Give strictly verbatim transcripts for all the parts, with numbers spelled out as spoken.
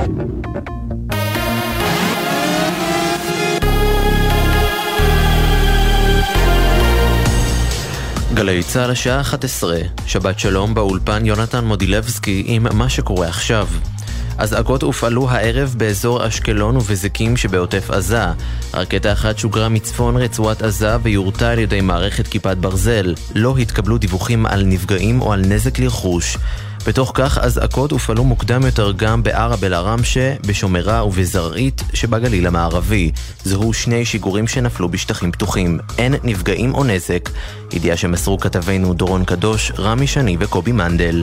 גלי צהל השעה אחת עשרה, שבת שלום באולפן יונתן מודילבסקי עם מה שקורה עכשיו. אזעקות הופעלו הערב באזור אשקלון ובזקים שבעוטף עזה. רקטה אחת שוגרה מצפון רצועת עזה ויורתה על ידי מערכת כיפת ברזל. לא התקבלו דיווחים על נפגעים או על נזק לרכוש. בתוך כך אזעקות הופעלו מוקדם יותר גם בערב אל-עראמשה, בשומרה ובזרעית שבגליל המערבי. זהו שני שיגורים שנפלו בשטחים פתוחים. אין נפגעים או נזק. ידיעה שמסרו כתבינו דורון קדוש, רמי שני וקובי מנדל.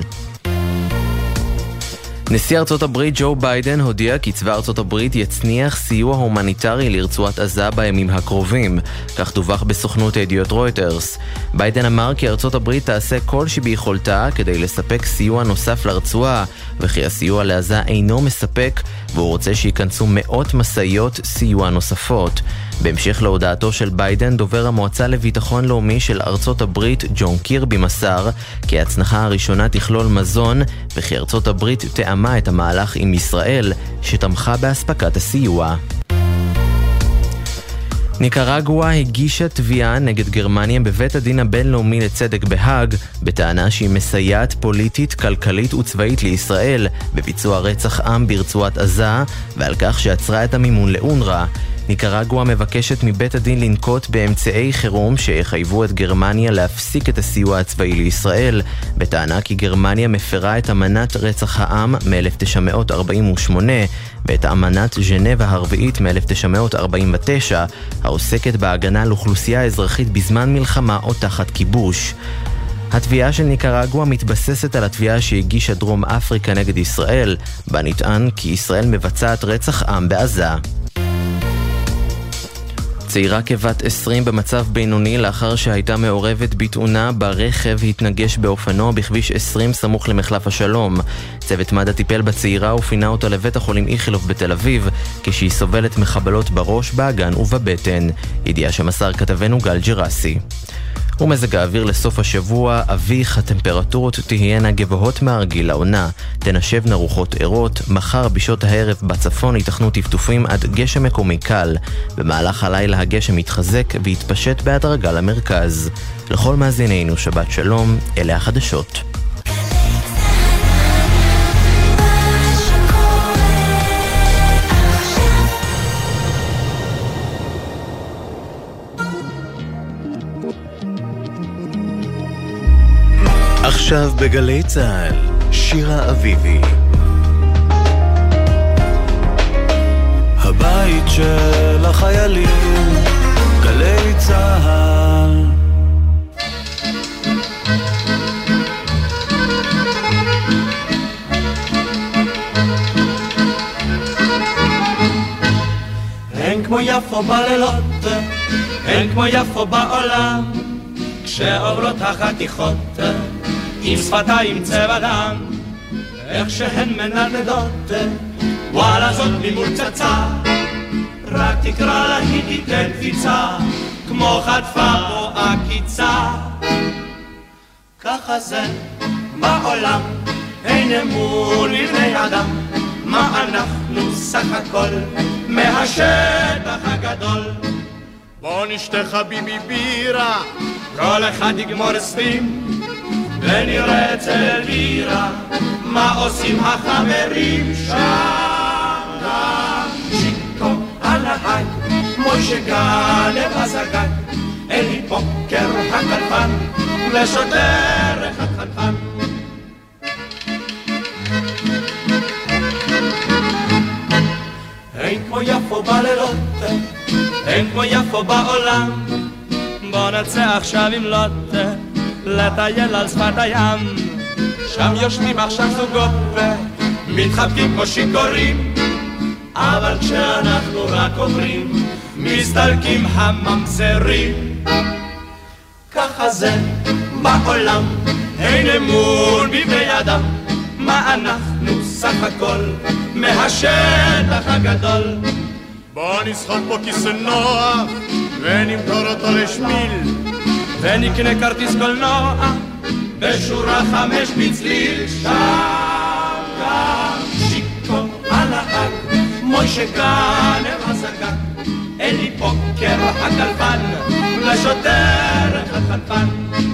נשיא ארצות הברית ג'ו ביידן הודיע כי צבא ארצות הברית יצניח סיוע הומניטרי לרצועת עזה בימים הקרובים. כך דווח בסוכנות הידיעות רויטרס. ביידן אמר כי ארצות הברית תעשה כל שביכולתה כדי לספק סיוע נוסף לרצועה, וכי הסיוע לעזה אינו מספק, והוא רוצה שיכנסו מאות מסעיות סיוע נוספות. בהמשך להודעתו של ביידן, דובר המועצה לביטחון לאומי של ארצות הברית ג'ון קירבי מסר כי ההצנחה הראשונה תכלול מזון, וכי ארצות הברית תאמה את המהלך עם ישראל שתמכה בהספקת הסיוע. ניקרגואה הגישה תביעה נגד גרמניה בבית הדין הבינלאומי לצדק בהאג, בטענה שהיא מסייעת פוליטית, כלכלית וצבאית לישראל בביצוע רצח עם ברצועת עזה, ועל כך שעצרה את המימון לאונר"א. ניקרגואה מבקשת מבית הדין לנקוט באמצעי חירום שיחייבו את גרמניה להפסיק את הסיוע הצבאי לישראל, בטענה כי גרמניה מפרה את אמנת רצח העם מ-אלף תשע מאות ארבעים ושמונה ואת אמנת ז'נבה הרביעית מ-אלף תשע מאות ארבעים ותשע, העוסקת בהגנה על אוכלוסייה אזרחית בזמן מלחמה או תחת כיבוש. התביעה של ניקרגואה מתבססת על התביעה שהגישה דרום אפריקה נגד ישראל, בה נטען כי ישראל מבצעת רצח עם בעזה. צעירה כבת עשרים במצב בינוני לאחר שהייתה מעורבת בתאונה ברכב התנגש באופנוע בכביש עשרים סמוך למחלף השלום. צוות מד"א טיפל בצעירה ופינה אותה לבית החולים איכילוב בתל אביב כשהיא סובלת מחבלות בראש, באגן ובבטן. ידיעה שמסר כתבנו גל ג'רסי. ומזג האוויר לסוף השבוע, אביך, הטמפרטורות תהיינה גבוהות מהרגיל לעונה, תנשבנה רוחות ערות, מחר בשעות הערב בצפון ייתכנו טפטופים עד גשם מקומי קל. במהלך הלילה הגשם יתחזק ויתפשט בהדרגה למרכז. לכל מאזינינו שבת שלום, אלה החדשות. עכשיו בגלי צהל, שירה אביבי. הבית של החיילים, גלי צהל. אין כמו יפו בלילות, אין כמו יפו בעולם, כשעוברות החתיכות עם שפתיים צבע דם, איך שהן מנדנדות, וואלה זאת ממול צצה, רק תקרא לה היא תיתן קפיצה, כמו חטפה או עקיצה. ככה זה בעולם, אין אמון לבני אדם, מה אנחנו סך הכל מהשטח הגדול. בוא נשתה חביבי בירה, כל אחד יגמור ספים, ונראה אצל אלבירה מה עושים החברים שם. שיקו על ההי, מוישה גלב הזגג, אלי פוקר הקלפן, ושוטר אחד חנפן. אין כמו יפו בלילות, אין כמו יפו בעולם, בוא נצא עכשיו עם לוט לטייל על שפת הים, שם יושבים עכשיו זוגות ומתחבקים כמו שיכורים, אבל כשאנחנו רק עוברים מסתלקים הממזרים. ככה זה בעולם, אין אמון בבני אדם, מה אנחנו סך הכל מהשטח הגדול. בוא נשחק פה כיסא נוח ונמכור אותו לשמיל, ונקנה כרטיס קולנוע בשורה חמש בצליל, שם גם שיקו על הנהג, מוישה גאנר הזגג, אלי פוקר הקלפן, ושוטר החנפן.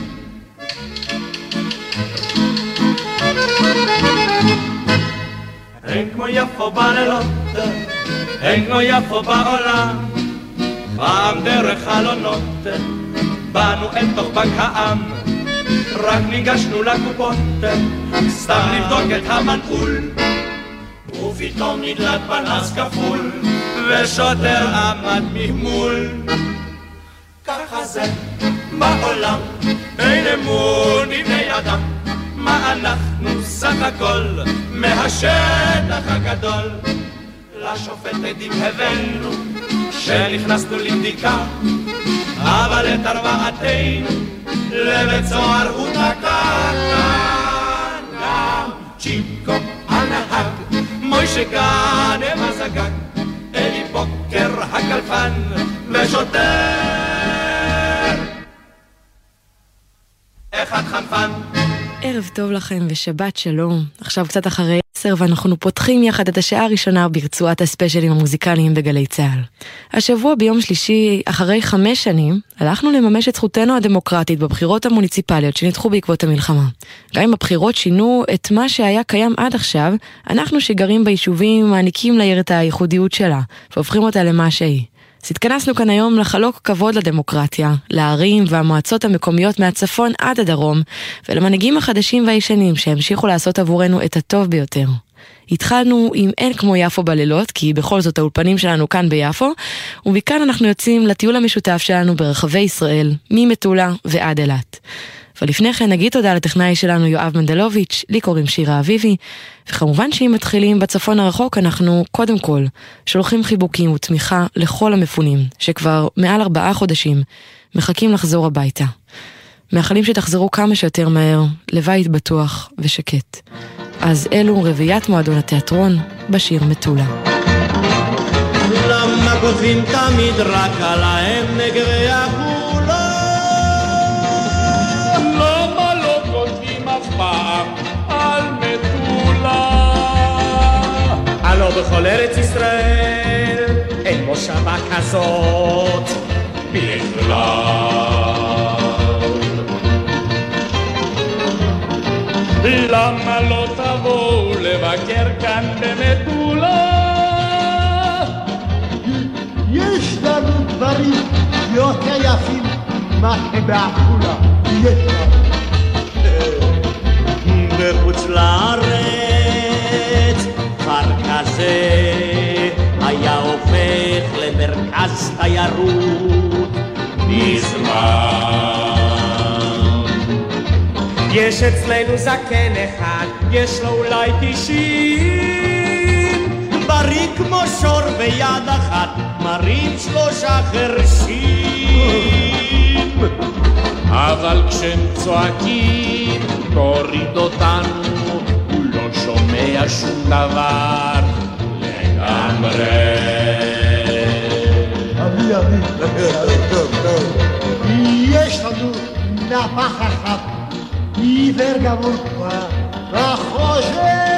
אין כמו יפו בלילות, אין כמו יפו בעולם, פעם דרך חלונות, באנו אל תוך בנק העם, רק ניגשנו לקופות, סתם לבדוק את המנעול, ופתאום נדלת פנס כפול, ושוטר עמד ממול. ככה זה בעולם, אין אמון בני אדם, מה אנחנו סך הכל מהשטח הגדול. לשופט עדים הבאנו שנכנסנו לבדיקה, אבל את ארבעתנו לבית סוהר הוא תקע. גם צ'יקו הנהג, מוישה גאנם הזגג, אלי פוקר הקלפן ושוטר אחד חנפן. ערב טוב לכם ושבת שלום. עכשיו קצת אחרי עשר ואנחנו פותחים יחד את השעה הראשונה ברצועת הספיישלים המוזיקליים בגלי צהל. השבוע ביום שלישי, אחרי חמש שנים, הלכנו לממש את זכותנו הדמוקרטית בבחירות המוניציפליות שנדחו בעקבות המלחמה. גם אם הבחירות שינו את מה שהיה קיים עד עכשיו, אנחנו שגרים ביישובים מעניקים לעיר את הייחודיות שלה והופכים אותה למה שהיא. אז התכנסנו כאן היום לחלוק כבוד לדמוקרטיה, לערים והמועצות המקומיות מהצפון עד הדרום, ולמנהיגים החדשים והישנים שהמשיכו לעשות עבורנו את הטוב ביותר. התחלנו עם אין כמו יפו בלילות, כי בכל זאת האולפנים שלנו כאן ביפו, ומכאן אנחנו יוצאים לטיול המשותף שלנו ברחבי ישראל, ממטולה ועד אילת. ולפני כן נגיד תודה לטכנאי שלנו יואב מנדלוביץ', לי קוראים שירה אביבי, וכמובן שאם מתחילים בצפון הרחוק אנחנו קודם כל שולחים חיבוקים ותמיכה לכל המפונים, שכבר מעל ארבעה חודשים מחכים לחזור הביתה. מאחלים שתחזרו כמה שיותר מהר לבית בטוח ושקט. אז אלו רביעיית מועדון התיאטרון בשיר מטולה. למה כותבים תמיד רק על האם נגרי הגבולות? למה לא כותבים אף פעם על מטולה? הלא בכל ארץ ישראל אין מושבה כזאת בכלל. למה לא תבואו לבקר כאן במטולה? יש לנו דברים יותר יפים מה שבעפולה. יש לנו בחוץ לארץ כפר כזה היה הופך למרכז תיירות מזמן. יש אצלנו זקן אחד, יש לו אולי תשעים, בריא כמו שור ביד אחת, מרים שלושה חרשים. אבל כשהם צועקים, תוריד אותנו, הוא לא שומע שום דבר לגמרי. אבי אבי, טוב טוב, יש לנו נפח אחת, עיוור גמור כבר, בחושך.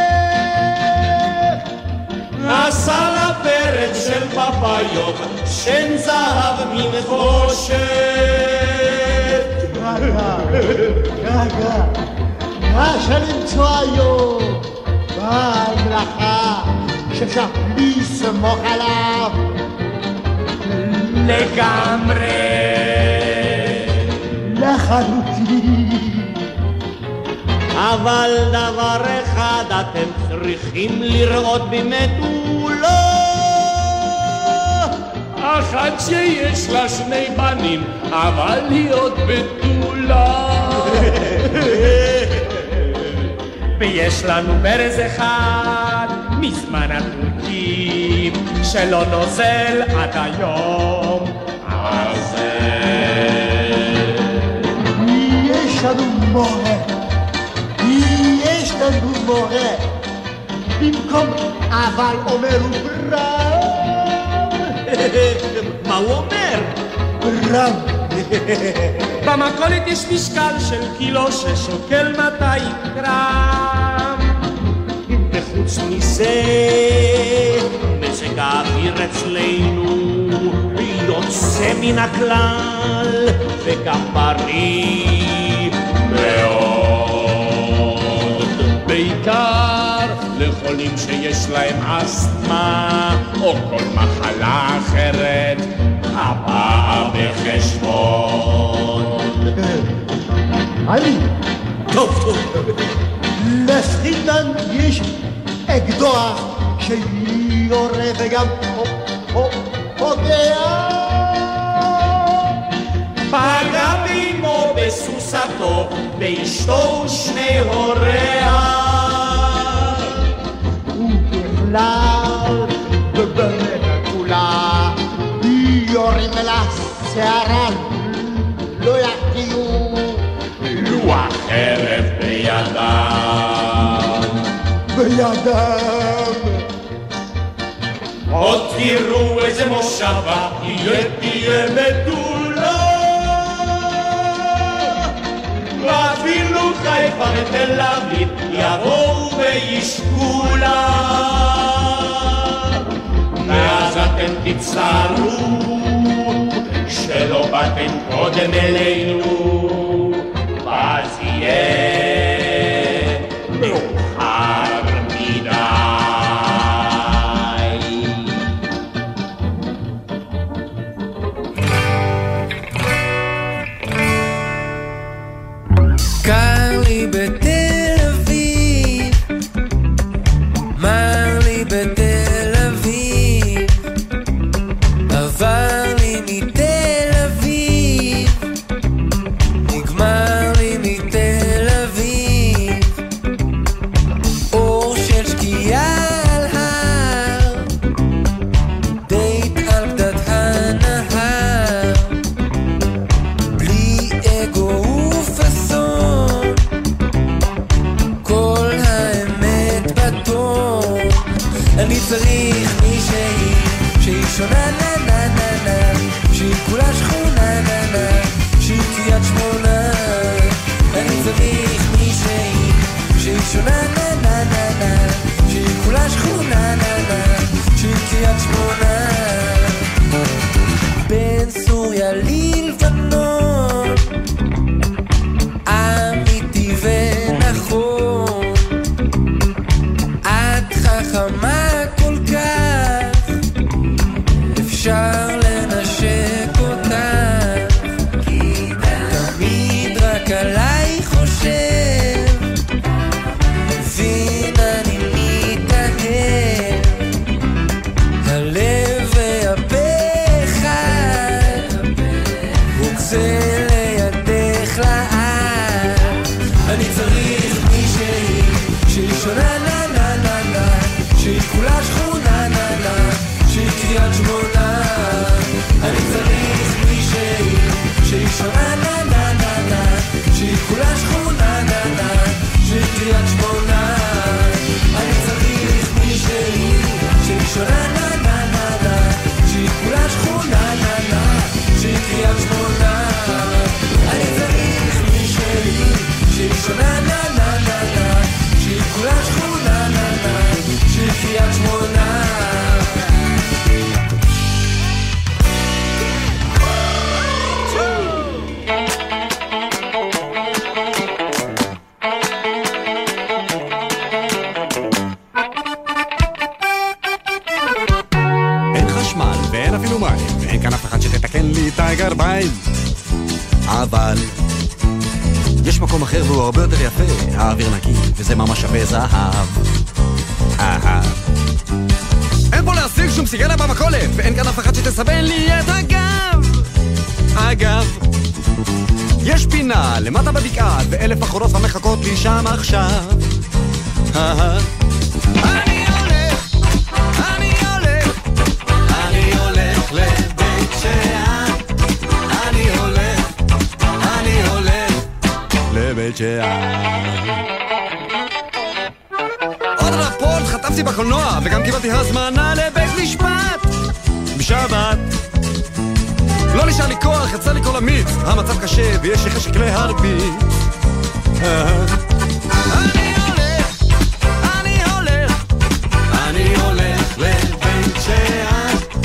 עשה לפרק של פפאיות, שן זהב מנחושת. רגע, רגע, קשה למצוא היום בעל מלאכה שאפשר לסמוך עליו לגמרי. לחלוטין. אבל דבר אחד אתם צריכים לראות במטולה, אחת שיש לה שני בנים אבל היא עוד בתולה. ויש לנו ברז אחד מזמן הטורקים שלא נוזל עד היום הזה. יש לנו מורה, יש לנו מורה, במקום אבל אומר הוא ברם. מה הוא אומר? ברם. במכולת יש משקל של קילו ששוקל מאתיים גרם. וחוץ מזה אצלנו יוצא מן הכלל וגם בריא מאוד, בעיקר לחולים שיש להם אסתמה או כל מחלה אחרת הבאה בחשבון. אני טוב טוב לסחיטן יש אקדוח שיורה וגם פוגע, פגע באמו בסוסתו באשתו ושני הוריה, ובכלל בבית כולה יורים לה שערה לא יחטיאו לוח חרב בידם בידם. עוד תראו איזה מושבה תהיה תהיה מדולה, ואפילו חיפה ותל אביב יבואו וישקו לה, ואז אתם תצטערו שלא באתם קודם אלינו, ואז יהיה מאוחר מדי. קר לי בתל אביב, מר לי בתל אביב, עבר לי מתל אביב, נגמר לי מתל אביב, אור של שקיעה על הר, דייט על גדת הנהר, בלי אגו ופסון, כל האמת בטון. אני צריך מישהי שהיא שונה נה נה נה נה, שהיא כולה שכונה נה נה, שהיא קריית שמונה. אני צריך מישהי שהיא שונה נה נה נה נה, שהיא כולה שכונה נה נה, שהיא קריית שמונה. בין סוריה ללבנון, אמיתי ונכון, את חכמה כל כך, אפשר לנשק אותך, תמיד רק עליי חושב, מבין אני מתאהב, הלב ויבך רוצה לידך לאט. אני צריך מישהי שהיא שונה נה נה נה נה, שהיא כולה שכונה נה נה, שהיא קריית שמונה. אני צריך מישהי שהיא שונה נה נה נה נה, שהיא כולה שכונה נה נה, שהיא קריית שמונה. אני צריך מישהי שהיא שונה נה נה נה נה, שהיא כולה שכונה נה נה, שהיא קריית שמונה. אני צריך מישהי שהיא שונה נה נה נה נה, שהיא כולה שכונה נה נה, שהיא קריית שמונה. אין חשמל ואין אפילו מים, ואין כאן אף אחד שתתקן לי את הגרביים, אבל יש מקום אחר והוא הרבה יותר יפה, האוויר נקי, וזה ממש שווה זהב. אהה. אין פה להשיג שום סיגריה במכולת, ואין כאן אף אחד שתסבן לי את הגב. אגב, יש פינה למטה בבקעה, ואלף אחרות המחכות לי שם עכשיו. אהה. אני הולך, אני הולך, אני הולך לבית שאן, אני הולך, אני הולך לבית שאן. עוד רפורט חטפתי בקולנוע, וגם קיבלתי הזמנה לבית משפט בשבת. לא נשאר לי כוח, יצא לי כל המיץ, המצב קשה ויש לי חשק להרביץ. אני הולך, אני הולך, אני הולך לבית שאן,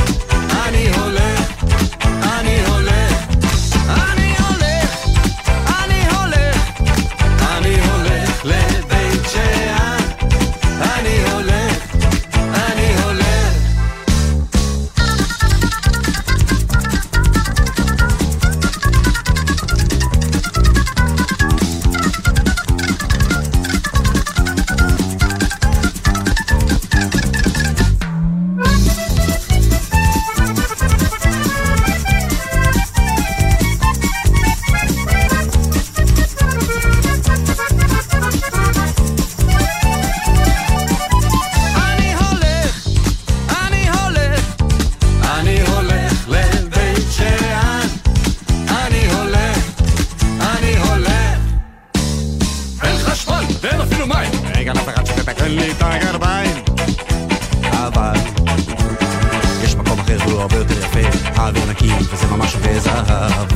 תן לי את הגרביים. אבל יש מקום אחר והוא הרבה יותר יפה, האוויר נקי וזה ממש שווה זהב.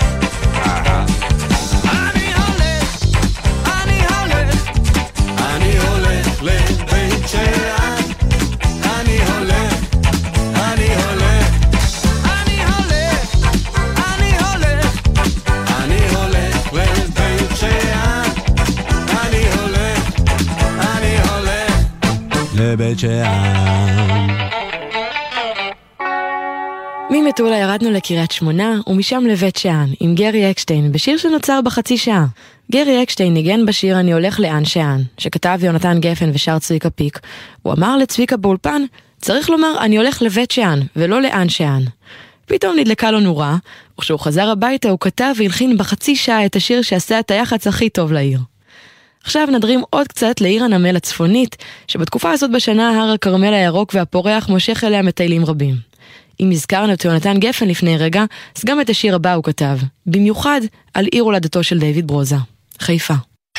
אני הולך, אני הולך, אני הולך לבית שאן. אני הולך, אני הולך, אני הולך, אני הולך, אני הולך לבית שאן. אני הולך, אני הולך לבית שאן. ממטולה ירדנו לקריית שמונה ומשם לבית שאן עם גרי אקשטיין בשיר שנוצר בחצי שעה. גרי אקשטיין ניגן בשיר אני הולך לאן שאן, שכתב יונתן גפן ושר צביקה פיק. הוא אמר לצביקה באולפן, צריך לומר אני הולך לבית שאן ולא לאן שאן. פתאום נדלקה לו נורה, וכשהוא חזר הביתה הוא כתב והלחין בחצי שעה את השיר שעשה את היחץ הכי טוב לעיר. עכשיו נדרים עוד קצת לעיר הנמל הצפונית, שבתקופה הזאת בשנה הר הכרמל הירוק והפורח מושך אליה מטיילים רבים. אם הזכרנו את יונתן גפן לפני רגע, אז גם את השיר הבא הוא כתב, במיוחד על עיר הולדתו של דיוויד ברוזה, חיפה.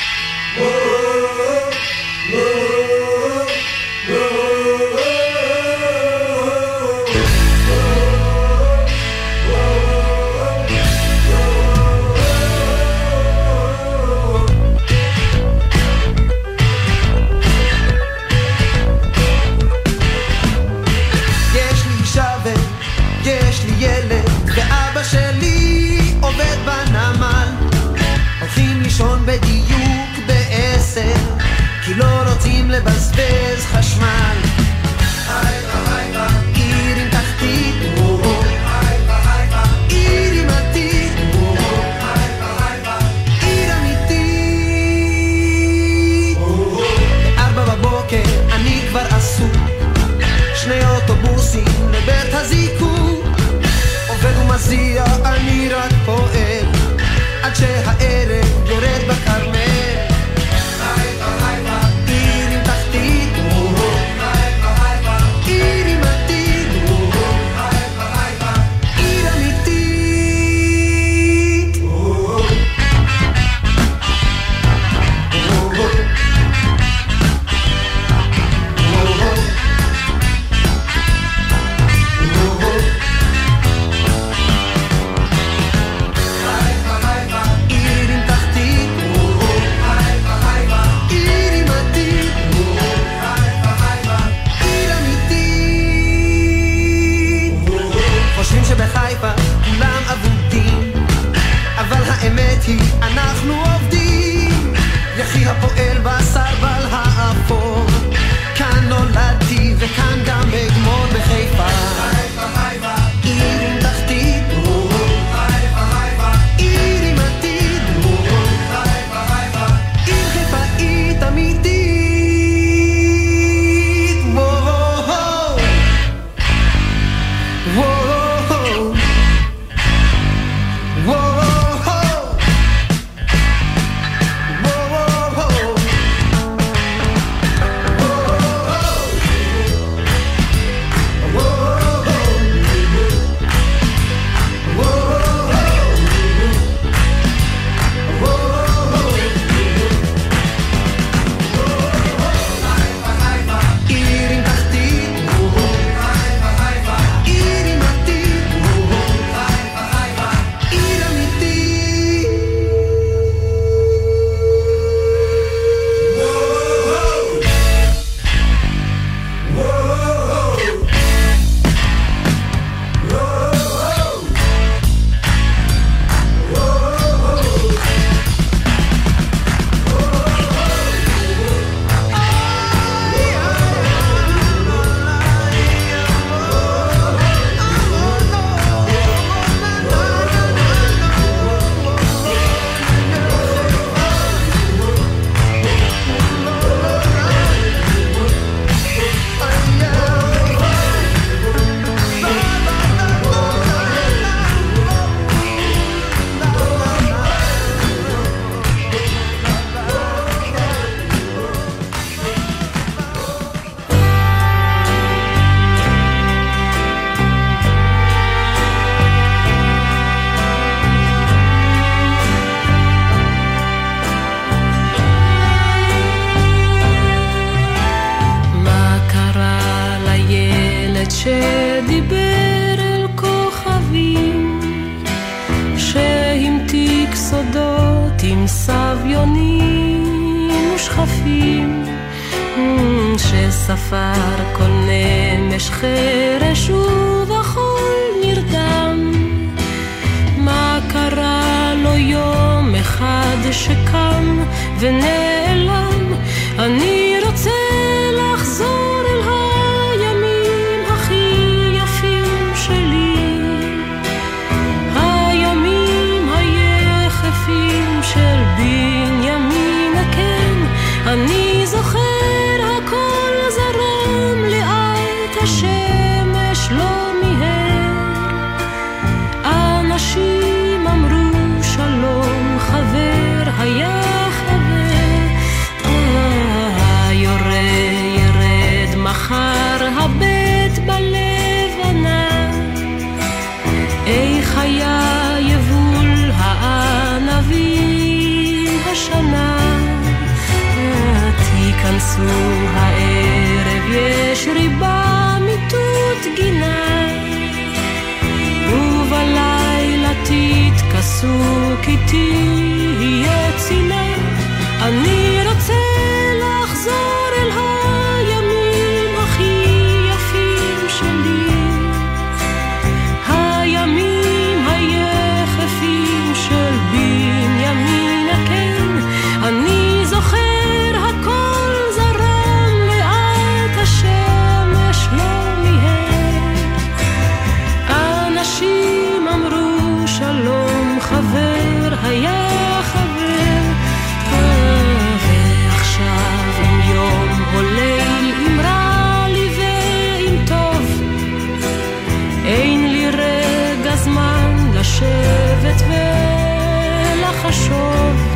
בדיוק בעשר, כי לא רוצים לבזבז חשמל. עיר עם תחתית, עיר עם עתיד, עיר אמיתית. בארבע בבוקר אני כבר עסוק, שני אוטובוסים לבית הזיקוק, עובד ומזיע אני רק פועל עד שהערב יורד בכרמל. עיר עם תחתית, סביונים ושכפים שספר כל נמש חרש ובחול נרדם. מה קרה לו יום אחד שקם ונעלם? אני רוצה לחזור אל הימים הכי יפים שלי, הימים היחפים של בנימין, כן, אני זוכר הכל זרם לאט, השמש לא מיהר, אנשים אמרו שלום, חבר היה חבר, אה, יורה ירד מחר הבית בלבנה, איך היה יבול הענבים השנה, תיכנסו הערב יש ריבה מיטוט גינה, ובלילה תתכסו כי תהיה צינה. אני רוצה לחזור אל הימים הכי יפים שלי, הימים היחפים של בנימין, כן, אני זוכר הכל זרם לאט, השמש לא מיהר, אנשים אמרו שלום, חבר היה חבר, ועכשיו עם יום הולל, עם רע לי ועם טוב, אין לי רגע זמן לשבת ולחשוב,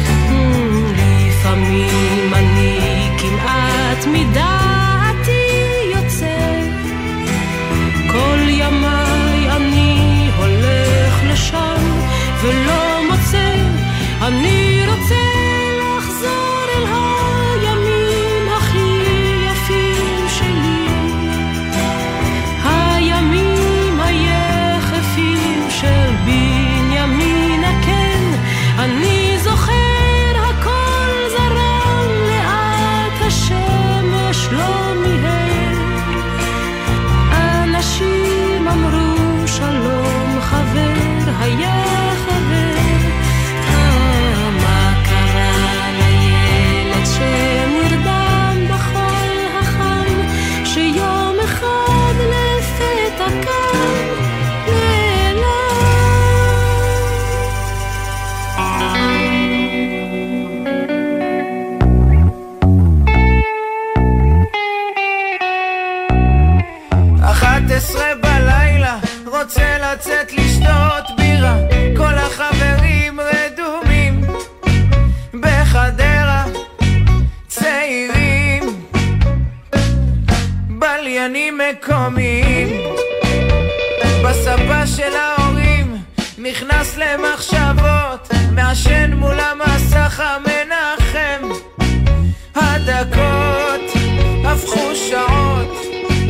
לפעמים אני כמעט מדעתי יוצא, כל ימיי אני הולך לשם ולא מוצא, אני רוצה לחזור אל הימים הכי יפים שלי, הימים היחפים של בנימין, כן, אני זוכר הכל זרם לאט, השמש לא מיהר, אנשים אמרו שלום, חבר היה חבר, אה, מה קרה לילד שנרדם בחול החם, שיום אחד לפתע קם אחת עשרה בלילה, רוצה לצאת לשתות בירה, כל החברים רדומים בחדרה, צעירים בליינים מקומיים, בספה של ההורים נכנס למחשבות, מעשן מול המסך המנחם, הדקות הפכו שעות,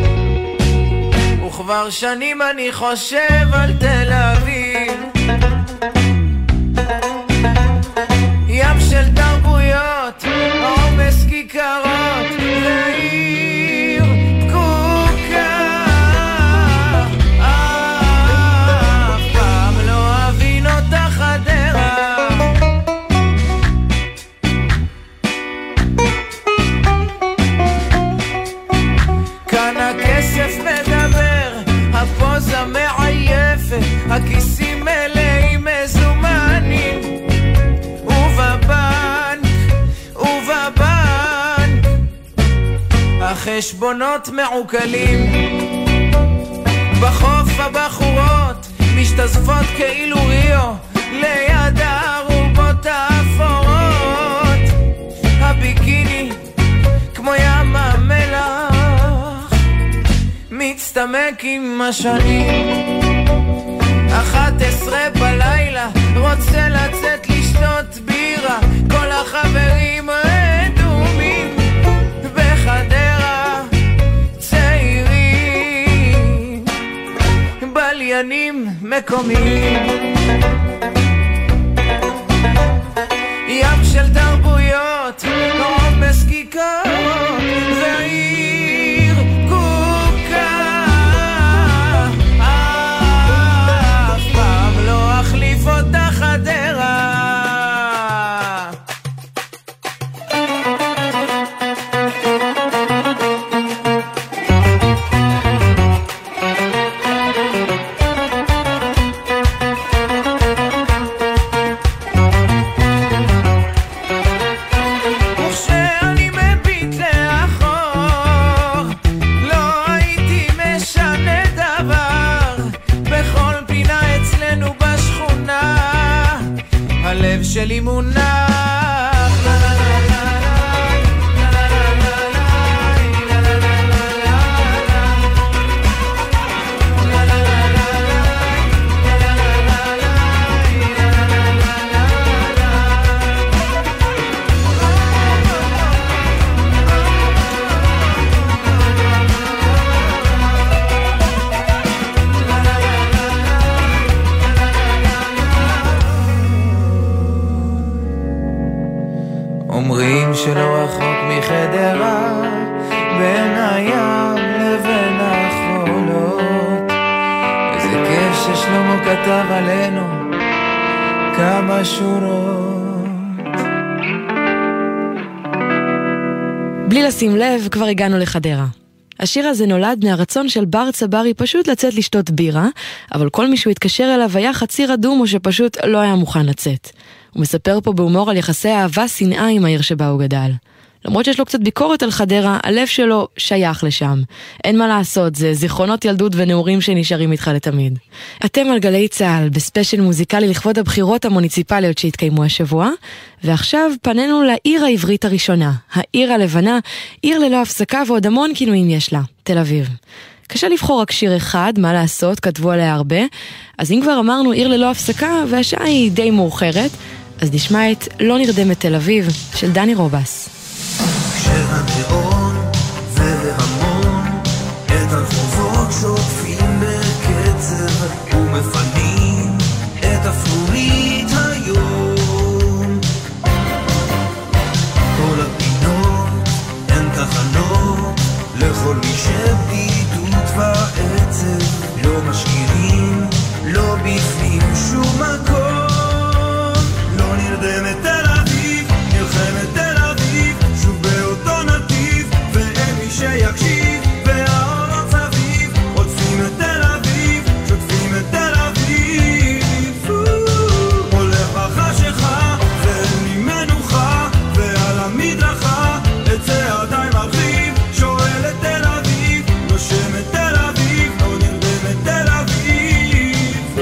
וכבר שנים אני חושב על תל אביב, ים של תרבויות, עומס כיכרות, ועיר פקוקה, אף פעם לא אבין אותה חדרה, כאן הכסף מדבר, הפוזה מעייפת, הכיסים מלאים מזומנים, ובבנק, ובבנק החשבונות מעוקלים, בחוף הבחורות משתזפות כאילו ריו, ליד הערובות האפורות, הביקיני כמו ים המלח מצטמק עם השנים, אחת עשרה בלילה, רוצה לצאת לשתות בירה, כל החברים רדומים בחדרה, צעירים בליינים מקומיים, מחדרה בין הים לבין החולות. איזה כיף ששלמה כתב עלינו כמה שורות. בלי לשים לב כבר הגענו לחדרה. השיר הזה נולד מהרצון של בר צברי פשוט לצאת לשתות בירה, אבל כל מי שהוא התקשר אליו היה חצי רדום או שפשוט לא היה מוכן לצאת. הוא מספר פה בהומור על יחסי אהבה שנאה עם העיר שבה הוא גדל. למרות שיש לו קצת ביקורת על חדרה, הלב שלו שייך לשם. אין מה לעשות, זה זיכרונות ילדות ונעורים שנשארים איתך לתמיד. אתם על גלי צהל, בספיישל מוזיקלי לכבוד הבחירות המוניציפליות שהתקיימו השבוע, ועכשיו פנינו לעיר העברית הראשונה, העיר הלבנה, עיר ללא הפסקה ועוד המון כינויים יש לה, תל אביב. קשה לבחור רק שיר אחד, מה לעשות, כתבו עליה הרבה, אז אם כבר אמרנו עיר ללא הפסקה, והשעה היא די מאוחרת, אז נשמע את לא נרדמת תל אביב של דני רובס. כשהנאון והמון את הרחובות שוטפים בקצב ומפנים את הפלורית היום. כל הפינות הן תחנות לכל מי שבידות ועצב, לא משאירים, לא בפנים שום מקום. לא נרדמת תל אביב, נלחמת תל אביב, שוב באותו נתיב, ואין מי שיקשיב, והאורות סביב, עוטפים את תל אביב, שוטפים את תל אביב. הולך בחשיכה, ואין לי מנוחה, ועל המדרכה, את צעדיי מרחיב, שואל את תל אביב, נושם את תל אביב, לא נרדם את תל אביב.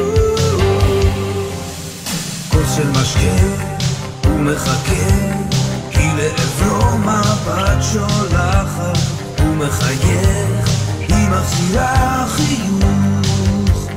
כוס של משקה, הוא מחכה, כי לעברו מבט שולחת, הוא מחייך, היא מחזירה חיוך.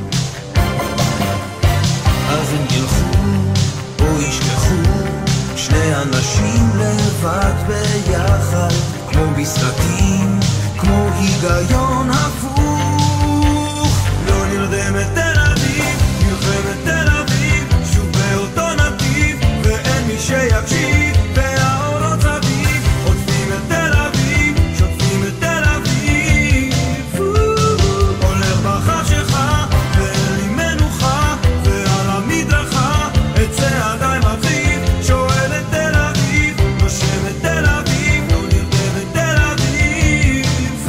אז הם ילכו או ישכחו, שני אנשים לבד ביחד, כמו בסרטים, כמו היגיון הפוך. לא נרדמת תל אביב, נלחמת תל אביב, שוב באותו נתיב, ואין מי שיקשיב, והאורות סביב, עוטפים את תל אביב, שוטפים את תל אביב. הולך בחשיכה, ואין לי מנוחה, ועל המדרכה, את צעדיי מרחיב, שואל את תל אביב, נושם את תל אביב, לא נרדם את תל אביב.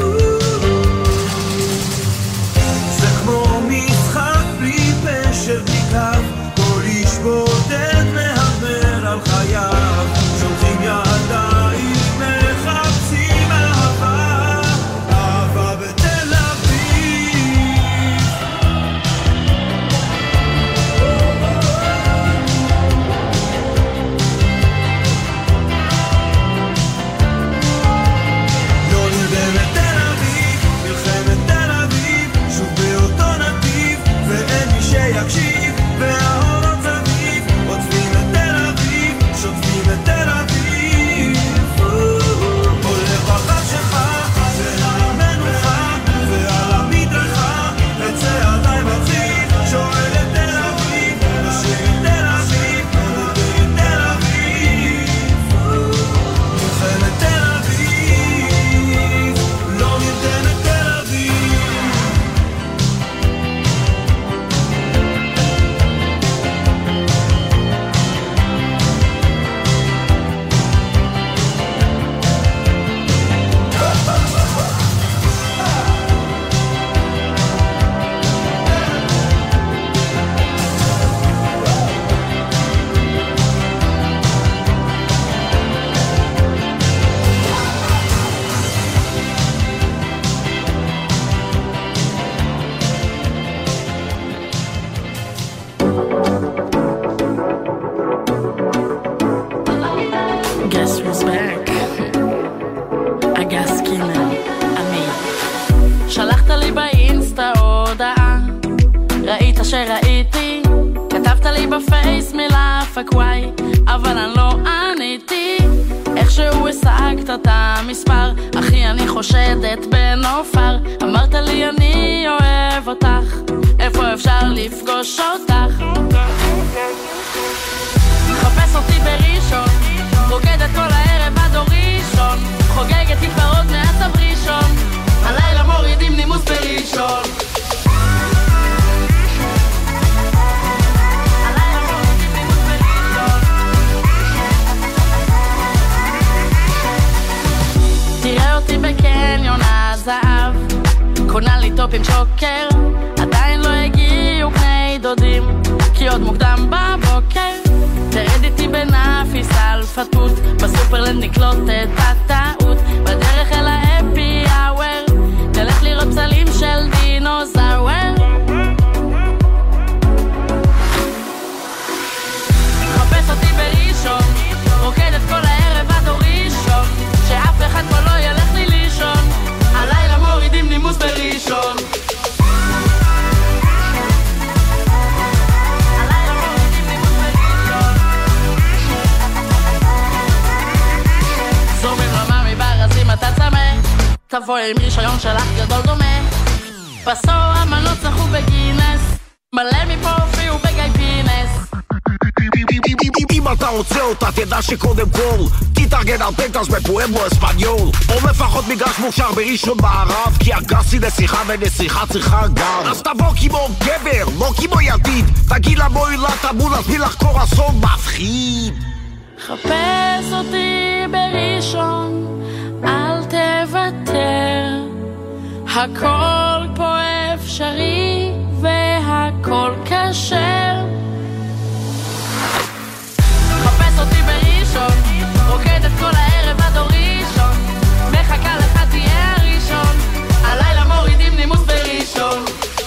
זה כמו משחק בלי פשר בלי קו, כל איש בודד מהמר על חייו, שולחים ידיים, מחפשים אהבה, אהבה בתל אביב. לא נרדמת תל אביב, נלחמת תל אביב, שוב באותו נתיב, ואין מי שיקשיב, והאורות סביב, עוטפים את תל אביב, שוטפים את תל אביב. הולך בחשיכה, ועל המנוחה, ועל המדרכה, את צעדיי מרחיב, שואל את תל אביב, נושם את תל אביב, נרדם את תל אביב. נלחמת תל אביב, לא נרדמת תל אביב. Guess who's back? I guess Kina, אני. שלחת לי באינסטה הודעה, ראית שראיתי, כתבת לי בפייס מילה פקוואי, אבל אני לא עניתי. איכשהו השגת את המספר, אחי אני חושדת בנופר, אמרת לי אני אוהב אותך, איפה אפשר לפגוש אותך? מחפש אותי בראשון, רוקדת כל הערב עד אור ראשון, קונה לי טופ עם שוקר, עדיין לא הגיעו בני דודים, כי עוד מוקדם בבוקר. תרד איתי בנאפיס על פתות, בסופרלנד נקלוט את הטעות, בדרך אל האפי האוור נלך לראות פסלים של דינוזאוור. חפש אותי בראשון, רוקד את כל הערב עד אור ראשון, שאף אחד פה לא ילך לי לישון, הלילה מורידים נימוס בראשון. אתה צמא, תבוא עם רישיון שלך גדול דומה, בסור המנות צחו בגינס, מלא מפה הופיעו בגיא פינס. אם אתה רוצה אותה תדע שקודם כל תתארגן על פנטס בפואמו אספניול, או לפחות מגרש מוכשר בראשון מערב, כי הגסי נסיכה ונסיכה צריכה גר. אז תבוא כמו גבר, לא כמו ידיד, תגיד לה בואי לה תמול, אז מי לחקור אסון מפחיד. חפש אותי בראשון, אל תוותר, הכל פה אפשרי והכל כשר. חפש אותי בראשון, רוקד את כל הערב עד אור ראשון, מחכה לך תהיה הראשון, הלילה מורידים נימוס בראשון.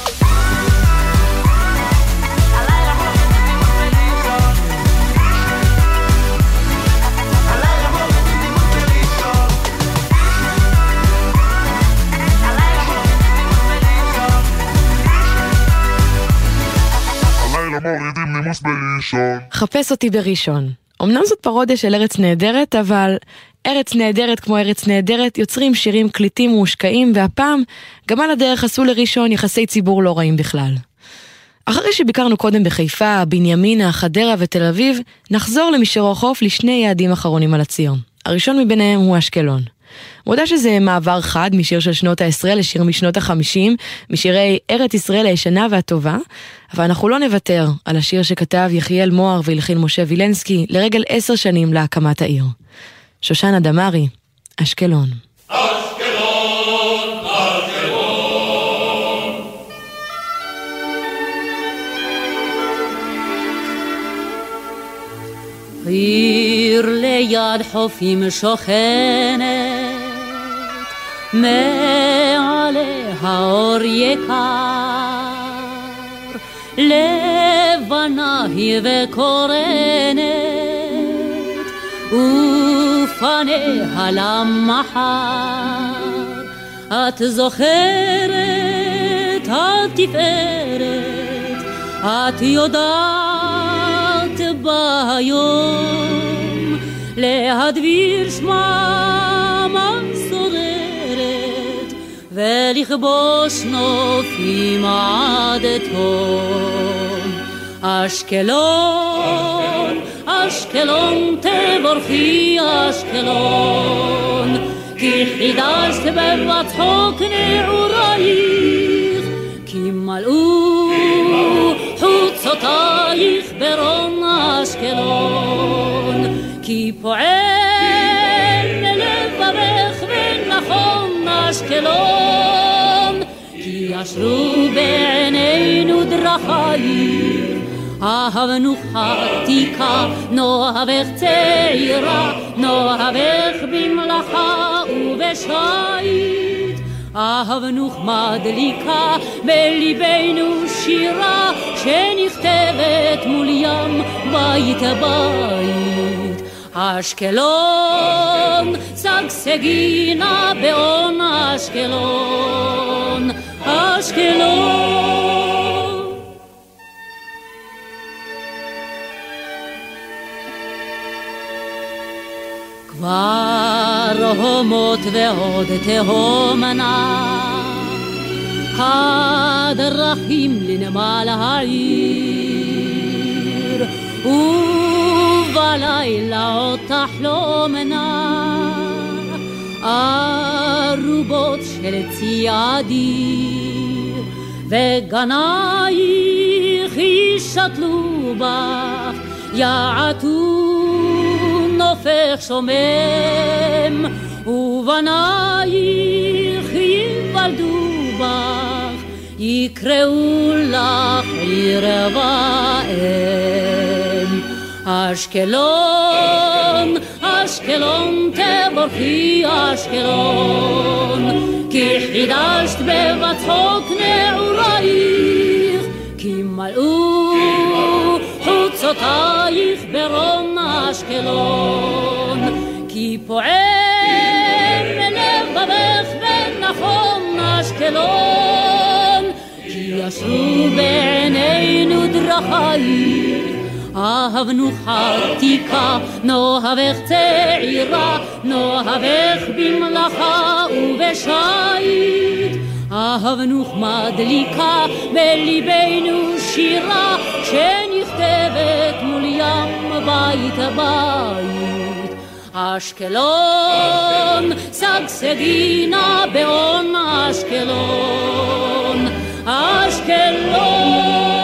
חפש אותי בראשון. אמנם זאת פרודיה של ארץ נהדרת, אבל ארץ נהדרת כמו ארץ נהדרת יוצרים שירים קליטים ומושקעים, והפעם גם על הדרך עשו לראשון יחסי ציבור לא רעים בכלל. אחרי שביקרנו קודם בחיפה, בנימינה, חדרה ותל אביב, נחזור למישור החוף לשני יעדים אחרונים על הציר. הראשון מביניהם הוא אשקלון. מודה שזה מעבר חד משיר של שנות העשרה לשיר משנות החמישים, משירי ארץ ישראל הישנה והטובה, אבל אנחנו לא נוותר על השיר שכתב יחיאל מוהר והלחין משה וילנסקי לרגל עשר שנים להקמת העיר. שושנה דמארי, אשקלון. אשקלון, אשקלון. עיר ליד חופים שוכנת, מעליה אור יקר, לבנה היא וקורנת, ופניה למחר. את זוכרת, את תפארת, את יודעת ביום להדביר שמם הסוררת, ולכבוש נופים עד תום. אשקלון, אשקלון תבורכי אשקלון, כי חידשת בצחוק נעורייך, כי מלאו חוצותייך ברון אשקלון, כי פועל לברך ונכון אשקלון, כי ישרו בעינינו דרכייך, אהבנו חתיקה, נאהבך צעירה, נאהבך במלאכה ובשית, אהבנוך מדליקה בליבנו שירה, שנכתבת מול ים בית בית. אשקלון, שגשגינה בעון אשקלון, אשקלון. כבר הומות ועוד תהומנה, הדרכים לנמל העיר, ובלילה עוד תחלומנה, ארובות של ציידיר, וגנייך ישתלו בך, יעטו נופך שומם, ובנייך יוולדו בך, יקראו לך עיר ואם. אשקלון, אשקלון תבורכי אשקלון, כי חידשת בבצחוק נעורייך, כי מלאו חוצותייך ברון אשקלון, כי פועם לבבך ונכון אשקלון, כי ישרו בעינינו דרכייך, אהבנוך עתיקה, נאהבך צעירה, נאהבך במלאכה ובשית, אהבנוך מדליקה בליבנו שירה, שנכתבת מול ים בית בית. אשקלון, שגשגינה בעון אשקלון, אשקלון.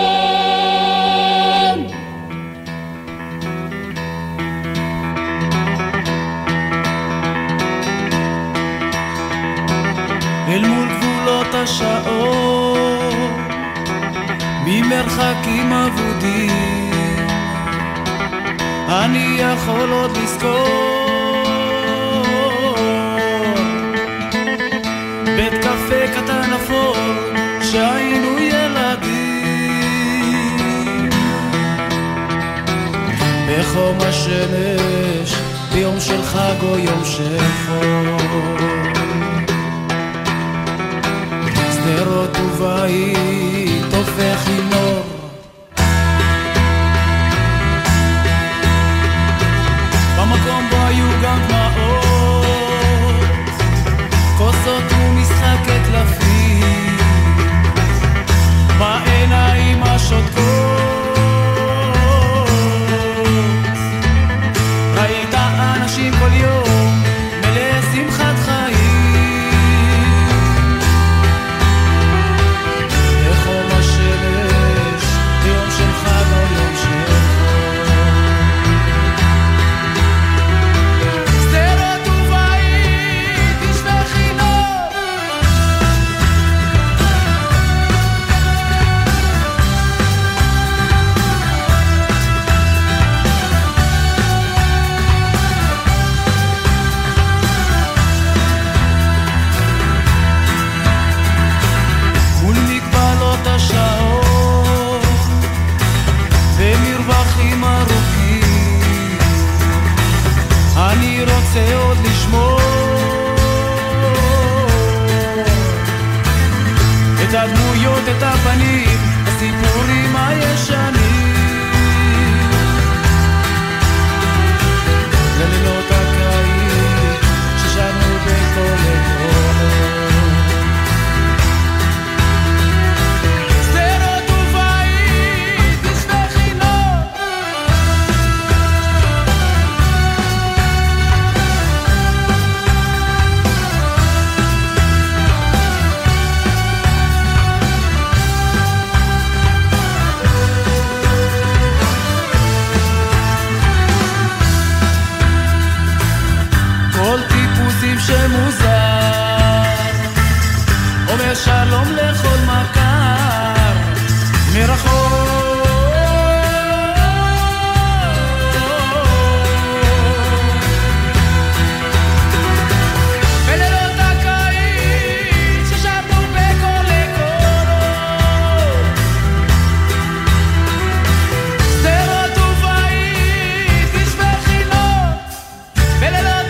אל מול גבולות השעות, ממרחקים אבודים, אני יכול עוד לזכור בית קפה קטן אפור שהיינו ילדים, בחום השמש ביום של חג או יום של חור, שדרות ובית הופך עם אור, במקום בו היו גם דמעות, כוסות ומשחקי קלפים, בעיניים השותקות, ראית אנשים כל יום מלא שמחת חיים, אני רוצה עוד לשמור את הדמויות, את הפנים, הסיפורים הישנים, ללילות הקיץ ששרנו בכל אור, שדרות ובית בשבחינות, כל טיפוסים שמוזר אומר שלום לכל מכר מרחוק, בלילות הקיץ ששרנו בכל קולות, שדרות ובית בשבחינות, בלילות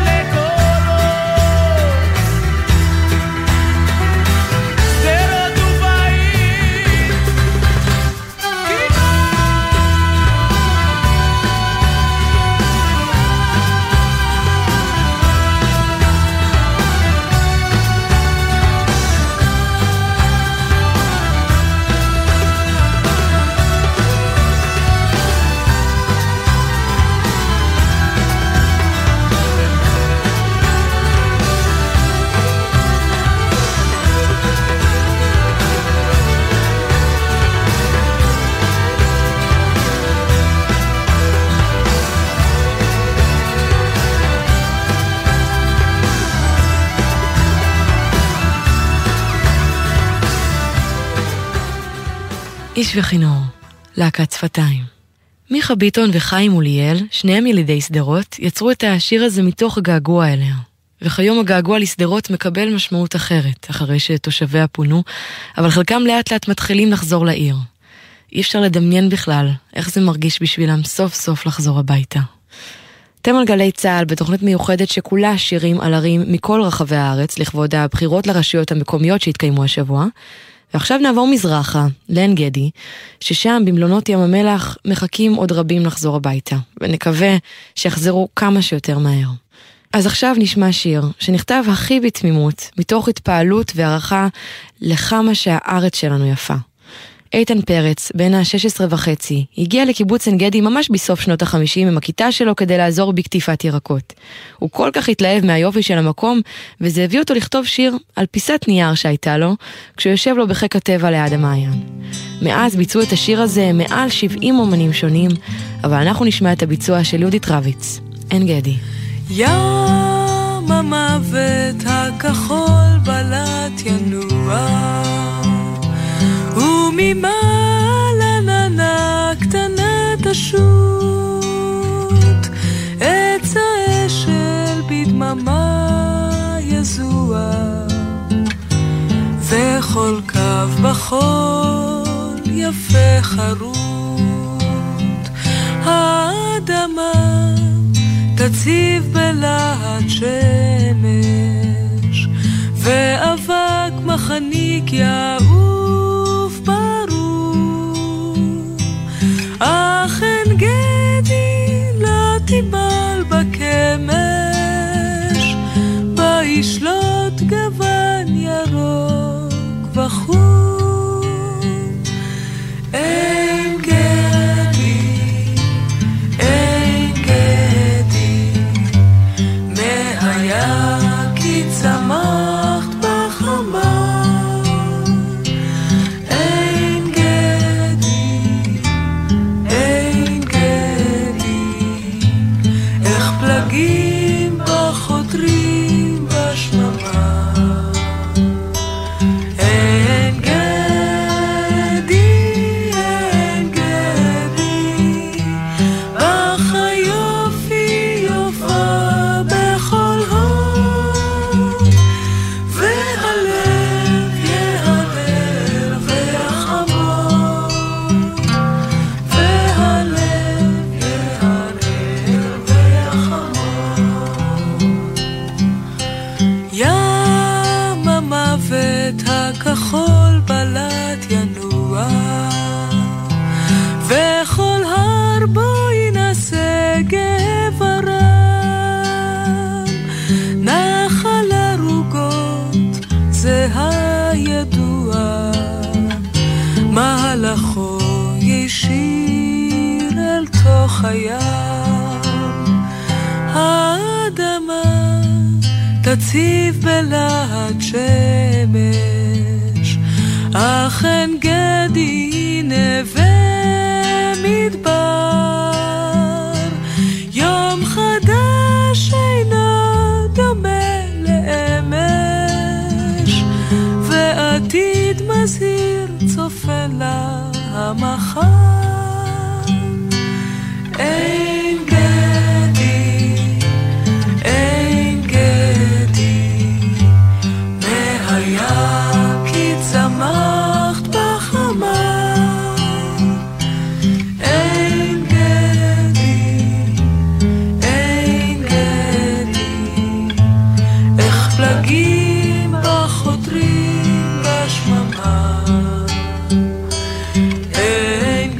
שדרות איש וכינור, להקת שפתיים. מיכה ביטון וחיים אוליאל, שניהם ילידי סדרות, יצרו את השיר הזה מתוך הגעגוע אליה. וכיום הגעגוע לסדרות מקבל משמעות אחרת, אחרי שתושביה פונו, אבל חלקם לאט לאט מתחילים לחזור לעיר. אי אפשר לדמיין בכלל איך זה מרגיש בשבילם סוף סוף לחזור הביתה. אתם על גלי צהל בתוכנית מיוחדת שכולה שירים על ערים מכל רחבי הארץ לכבוד הבחירות לרשויות המקומיות שהתקיימו השבוע. ועכשיו נעבור מזרחה, לעין גדי, ששם במלונות ים המלח מחכים עוד רבים לחזור הביתה, ונקווה שיחזרו כמה שיותר מהר. אז עכשיו נשמע שיר שנכתב הכי בתמימות, מתוך התפעלות והערכה לכמה שהארץ שלנו יפה. איתן פרץ, בן ה-שש עשרה וחצי, הגיע לקיבוץ עין גדי ממש בסוף שנות החמישים עם הכיתה שלו כדי לעזור בקטיפת ירקות. הוא כל כך התלהב מהיופי של המקום, וזה הביא אותו לכתוב שיר על פיסת נייר שהייתה לו, כשהוא יושב לו בחיק הטבע ליד המעיין. מאז ביצעו את השיר הזה מעל שבעים אומנים שונים, אבל אנחנו נשמע את הביצוע של יהודית רביץ, עין גדי. ים המוות הכחול בלט ינוע, וממעלה ננה קטנה תשות, עץ האשל בדממה יזוע, וכל קו בחול יפה חרוט. האדמה תציב בלהט שמש, ואבק מחניק יעוף ברור. אך אין גדי לא תיבל בקמש, בה ישלוט גוון ירוק וחום. אין גדי, אין גדי, היה כי צמחת בחמה. אין גדי, אין גדי, איך פלגים בחודרים בשממה. אין גדי, אין גדי, בחיופי יופה בכל הוד, והלב יהדר ויחמוד, והלב יהדר ויחמוד. ים המוות הכחול בלט ינוע, וכל הר בו ינסה גברם. נחל הרוגות זה הידוע, מהלכו ישיר אל תוך הים. האדמה תציב בלהט שמש, אך אין גדי נווה מדבר. יום חדש אינו דומה לאמש, ועתיד מזהיר צופה לה המחר. אין גדי, אין גדי, והיה כי צמחת בחמה. אין גדי, אין גדי, איך פלגים בחודרים בשממה. אין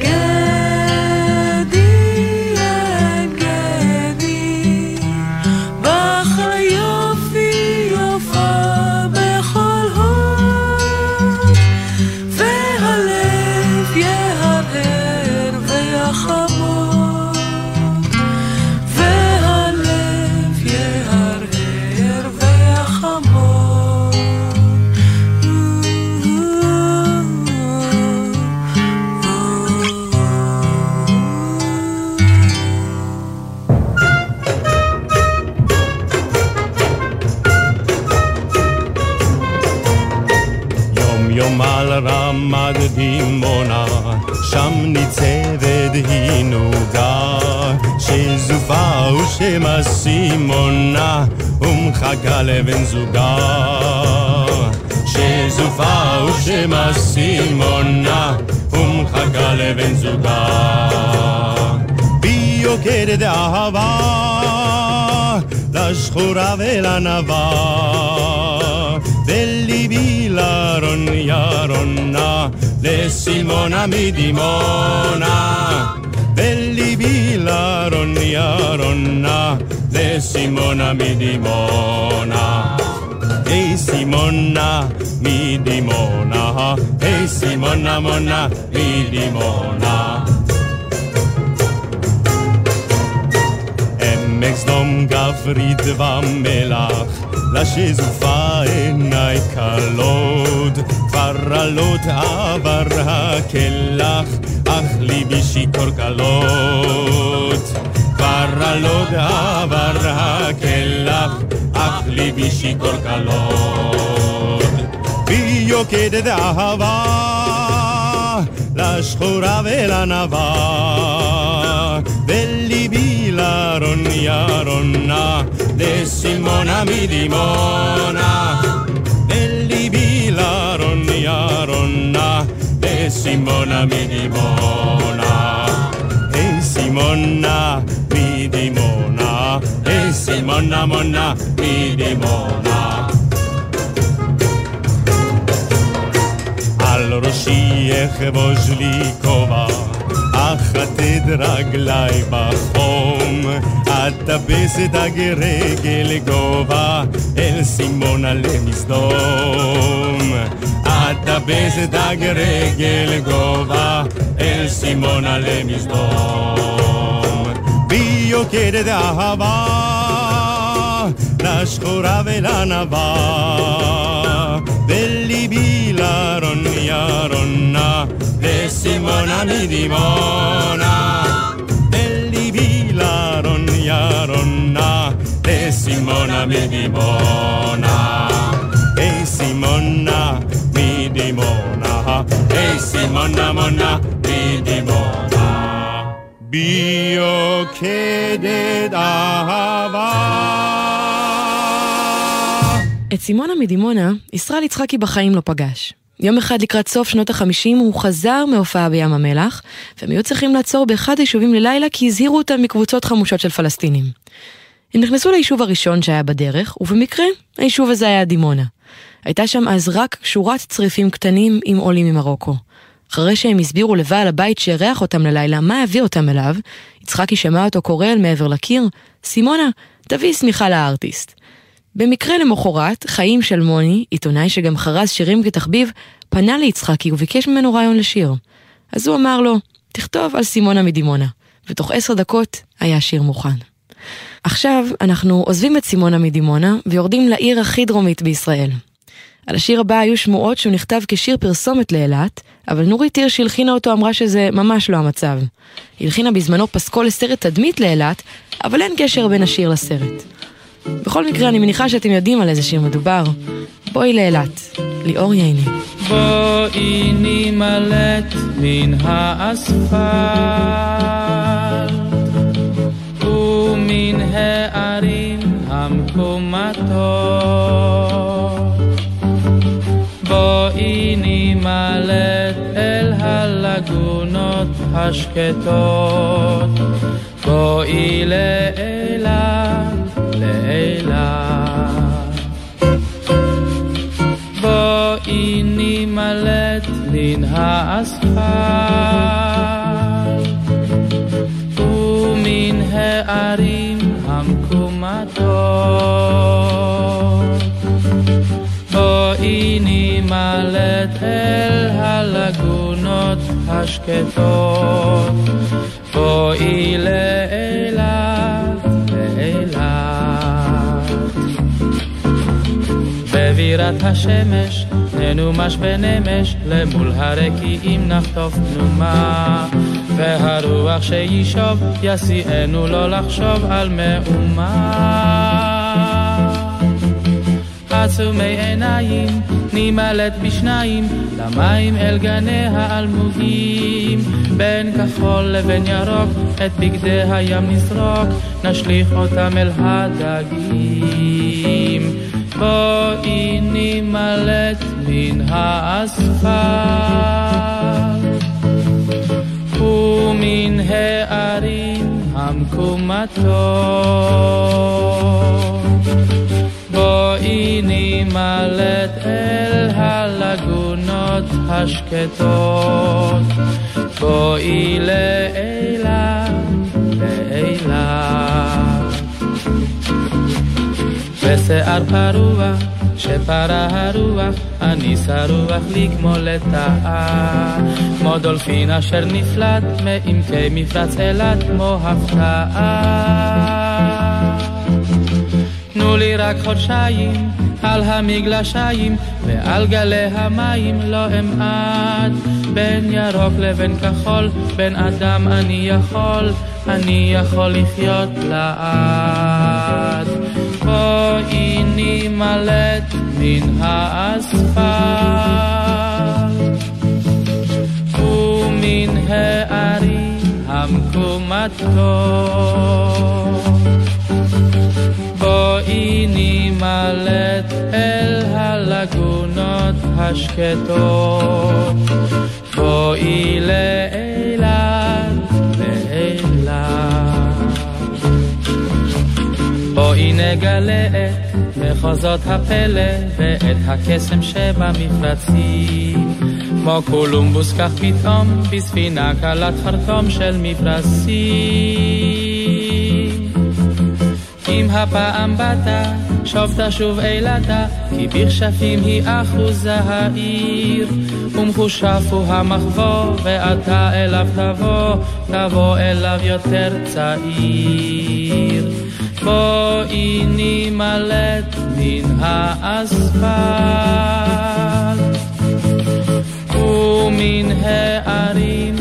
על רמת דימונה, שם ניצבת היא נוגה, שזופה ושמה סימונה, ומחכה לבן זוגה. שזופה ושמה סימונה, ומחכה לבן זוגה. בי יוקדת אהבה, לשחורה ולנבה, וליבי לרון ירונה, לסימונה מדימונה. וליבי לרון ירונה, לסימונה מדימונה. היי סימונה מדימונה, היי סימונה מונה מדימונה. עמק סדום גברית ומלח, לשזופה עיניי קלות, כבר עלות עבר הכלח, אך ליבי שיכור קלות. כבר עלות עבר הכלח, אך ליבי שיכור קלות. בי יוקדת אהבה, לשחורה ולנבה, וליבי לרון ירונה, לסימונה מדימונה. וליבי לרון ירונה, לסימונה מדימונה. היי סימונה מדימונה, היי סימונה מונה מדימונה. על ראשי אחבוש לי כובע, אחתת רגלי בחום, אטפס את הרגל גובה, אל סימונה למסדום. אטפס את הרגל גובה, אל סימונה למסדום. בי יוקדת אהבה, לשחורה ולנבה, וליבי לרון ירונה, לסימונה מדימונה. וליבי לרון ירונה, לסימונה מדימונה. היי סימונה מדימונה, היי סימונה מונה מדימונה. בי יוקדת אהבה. את סימונה מדימונה ישראל יצחקי בחיים לא פגש. יום אחד לקראת סוף שנות החמישים הוא חזר מהופעה בים המלח, והם היו צריכים לעצור באחד היישובים ללילה כי הזהירו אותם מקבוצות חמושות של פלסטינים. הם נכנסו ליישוב הראשון שהיה בדרך, ובמקרה היישוב הזה היה דימונה. הייתה שם אז רק שורת צריפים קטנים עם עולים ממרוקו. אחרי שהם הסבירו לבעל הבית שהריח אותם ללילה מה הביא אותם אליו, יצחקי שמע אותו קורא אל מעבר לקיר, סימונה, תביא סמיכה לארטיסט. במקרה למחרת, חיים שלמוני, עיתונאי שגם חרז שירים כתחביב, פנה ליצחקי וביקש ממנו רעיון לשיר. אז הוא אמר לו, תכתוב על סימונה מדימונה, ותוך עשר דקות היה שיר מוכן. עכשיו אנחנו עוזבים את סימונה מדימונה ויורדים לעיר הכי דרומית בישראל. על השיר הבא היו שמועות שהוא נכתב כשיר פרסומת לאילת, אבל נורית הירש שהלחינה אותו אמרה שזה ממש לא המצב. היא הלחינה בזמנו פסקול לסרט תדמית לאילת, אבל אין קשר בין השיר לסרט. בכל מקרה אני מניחה שאתם יודעים על איזה שיר מדובר. בואי לאילת, ליאור ייני. בואי נמלט מן האספלט ומן הערים המקומתות, בואי נמלט אל הלגונות השקטות, בואי לאילת, לאילת. בואי נמלט מן האספלט ומן הערים המקומתות, בואי נמלט אל הלגונות השקטות, בואי לאילת, לאילת. בבירת השמש ננומש בנמש, למול הרקיעים נחטוף תנומה, והרוח שישוב יסיענו לא לחשוב על מאומה. עצומי עיניים נמלט בשניים למים אל גני האלמוגים בין כחול לבין ירוק את בגדי הים נזרוק נשליך אותם אל הדגים בואי נמלט מן האספלט ומן הערים המקומטות בואי נמלט אל הלגונות השקטות בואי לאילת, לאילת בשיער פרוע שפרה הרוח אני שרוח לי כמו לטעה כמו דולפין אשר נפלט מעמקי מפרץ אילת כמו הפתעה תנו לי רק חודשיים על המגלשיים ועל גלי המים לא אמעט בין ירוק לבין כחול בין אדם אני יכול אני יכול לחיות לאט בואי נמלט מן האספלט ומן הערים המקומטות בואי נמלט אל הלגונות השקטות בואי לאילת, לאילת בואי נגלה את מחוזות הפלא ואת הקסם שבמפרצים כמו קולומבוס כך פתאום בספינה קלת חרטום של מפרשים אם הפעם באת שוב תשוב אילתה כי בכשפים היא אחוזה העיר ומחושף הוא המחבוא ואתה אליו תבוא תבוא אליו יותר צעיר בואי נמלט מן האספלט ומן הערים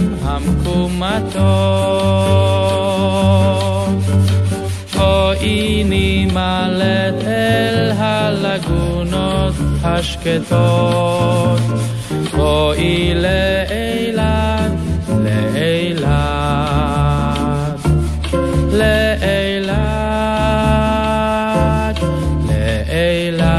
המקומטות בואי נמלט אל הלגונות השקטות בואי לאילת, לאילת לאילת, לאילת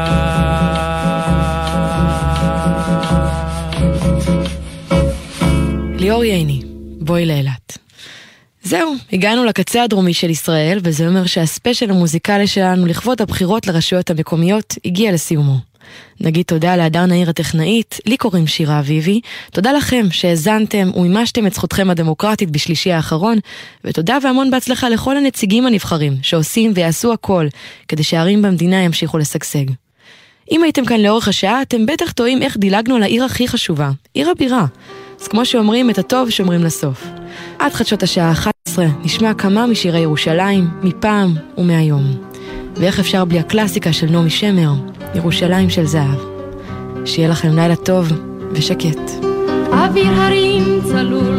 ליאור ייני, בואי לאילת. זהו, הגענו לקצה הדרומי של ישראל, וזה אומר שהספיישל המוזיקלי שלנו לכבוד הבחירות לרשויות המקומיות הגיע לסיומו. נגיד תודה להדר נעיר הטכנאית, לי קוראים שירה אביבי, תודה לכם שהזנתם ומימשתם את זכותכם הדמוקרטית בשלישי האחרון, ותודה והמון בהצלחה לכל הנציגים הנבחרים שעושים ויעשו הכל כדי שהערים במדינה ימשיכו לשגשג. אם הייתם כאן לאורך השעה, אתם בטח טועים איך דילגנו על העיר הכי חשובה, עיר הבירה. אז כמו שאומרים, את הטוב שומרים לסוף. עד חדשות השעה אחת עשרה נשמע כמה משירי ירושלים, מפעם ומהיום. ואיך אפשר בלי הקלאסיקה של נעמי שמר, ירושלים של זהב. שיהיה לכם לילה טוב ושקט. אוויר הרים צלול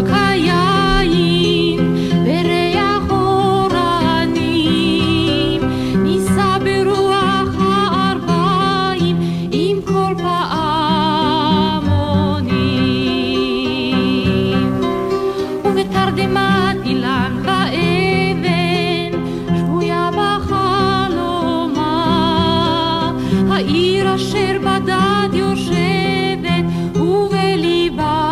כיין וריח אורנים ניסה ברוח הארבעים עם כל פעמונים ובתרדמת אילן ואבן שבויה בחלומה העיר אשר בדד יושבת ובליבה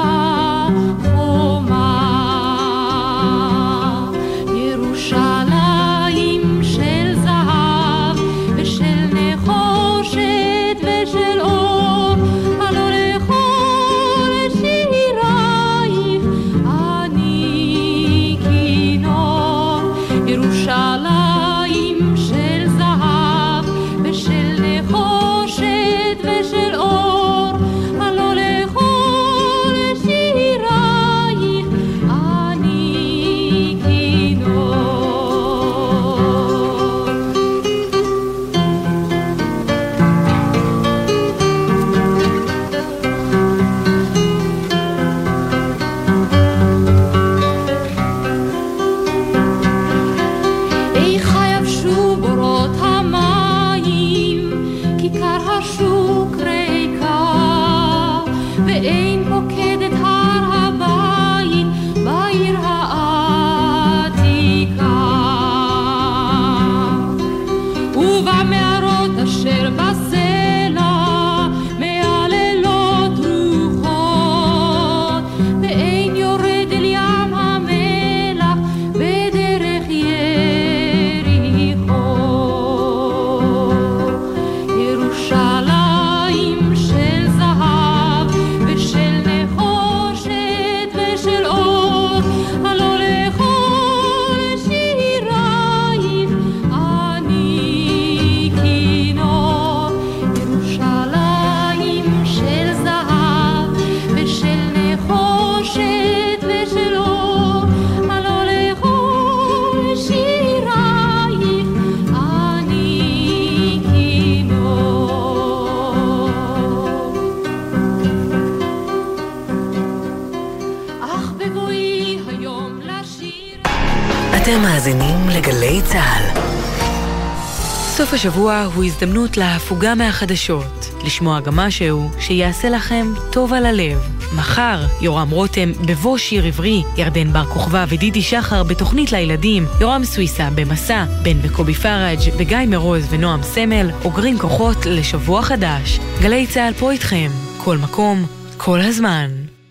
ירושלים של זהב ושל נחושת ושל אור ובמערות אשר בסלע מעללות רוחות, ואין יורד אל ים המלח בדרך יריחו. ירושלים של זהב ושל נחושת ושל אור, הלא לכל שירייך אני כינור. ירושלים של זהב ושל נחושת ושל אור, הלא לכל שירייך אני כינור. אך בבואי היום לשיר. אתם מאזינים לגלי צהל. סוף השבוע הוא הזדמנות להפוגה מהחדשות, לשמוע גם משהו שיעשה לכם טוב על הלב. מחר, יורם רותם בבוא שיר עברי, ירדן בר כוכבא ודידי שחר בתוכנית לילדים, יורם סוויסה במסע, בן וקובי פראג' וגיא מרוז ונועם סמל, אוגרים כוחות לשבוע חדש. גלי צהל פה איתכם, כל מקום, כל הזמן.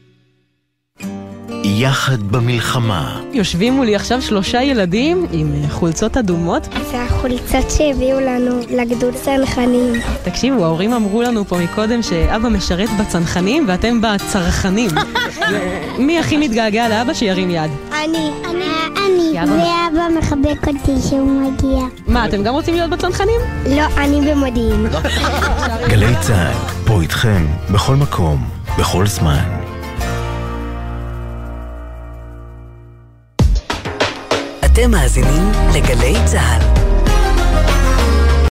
יחד במלחמה. יושבים מולי עכשיו שלושה ילדים עם חולצות אדומות. זה החולצות שהביאו לנו לגדוד צנחנים. תקשיבו, ההורים אמרו לנו פה מקודם שאבא משרת בצנחנים ואתם בצרכנים. מי הכי מתגעגע לאבא שירים יד? אני. אני. אני. ואבא מחבק אותי שהוא מגיע. מה, אתם גם רוצים להיות בצנחנים? לא, אני במודיעין. גלי צהל, פה איתכם, בכל מקום, בכל זמן. אתם מאזינים לגלי צהל.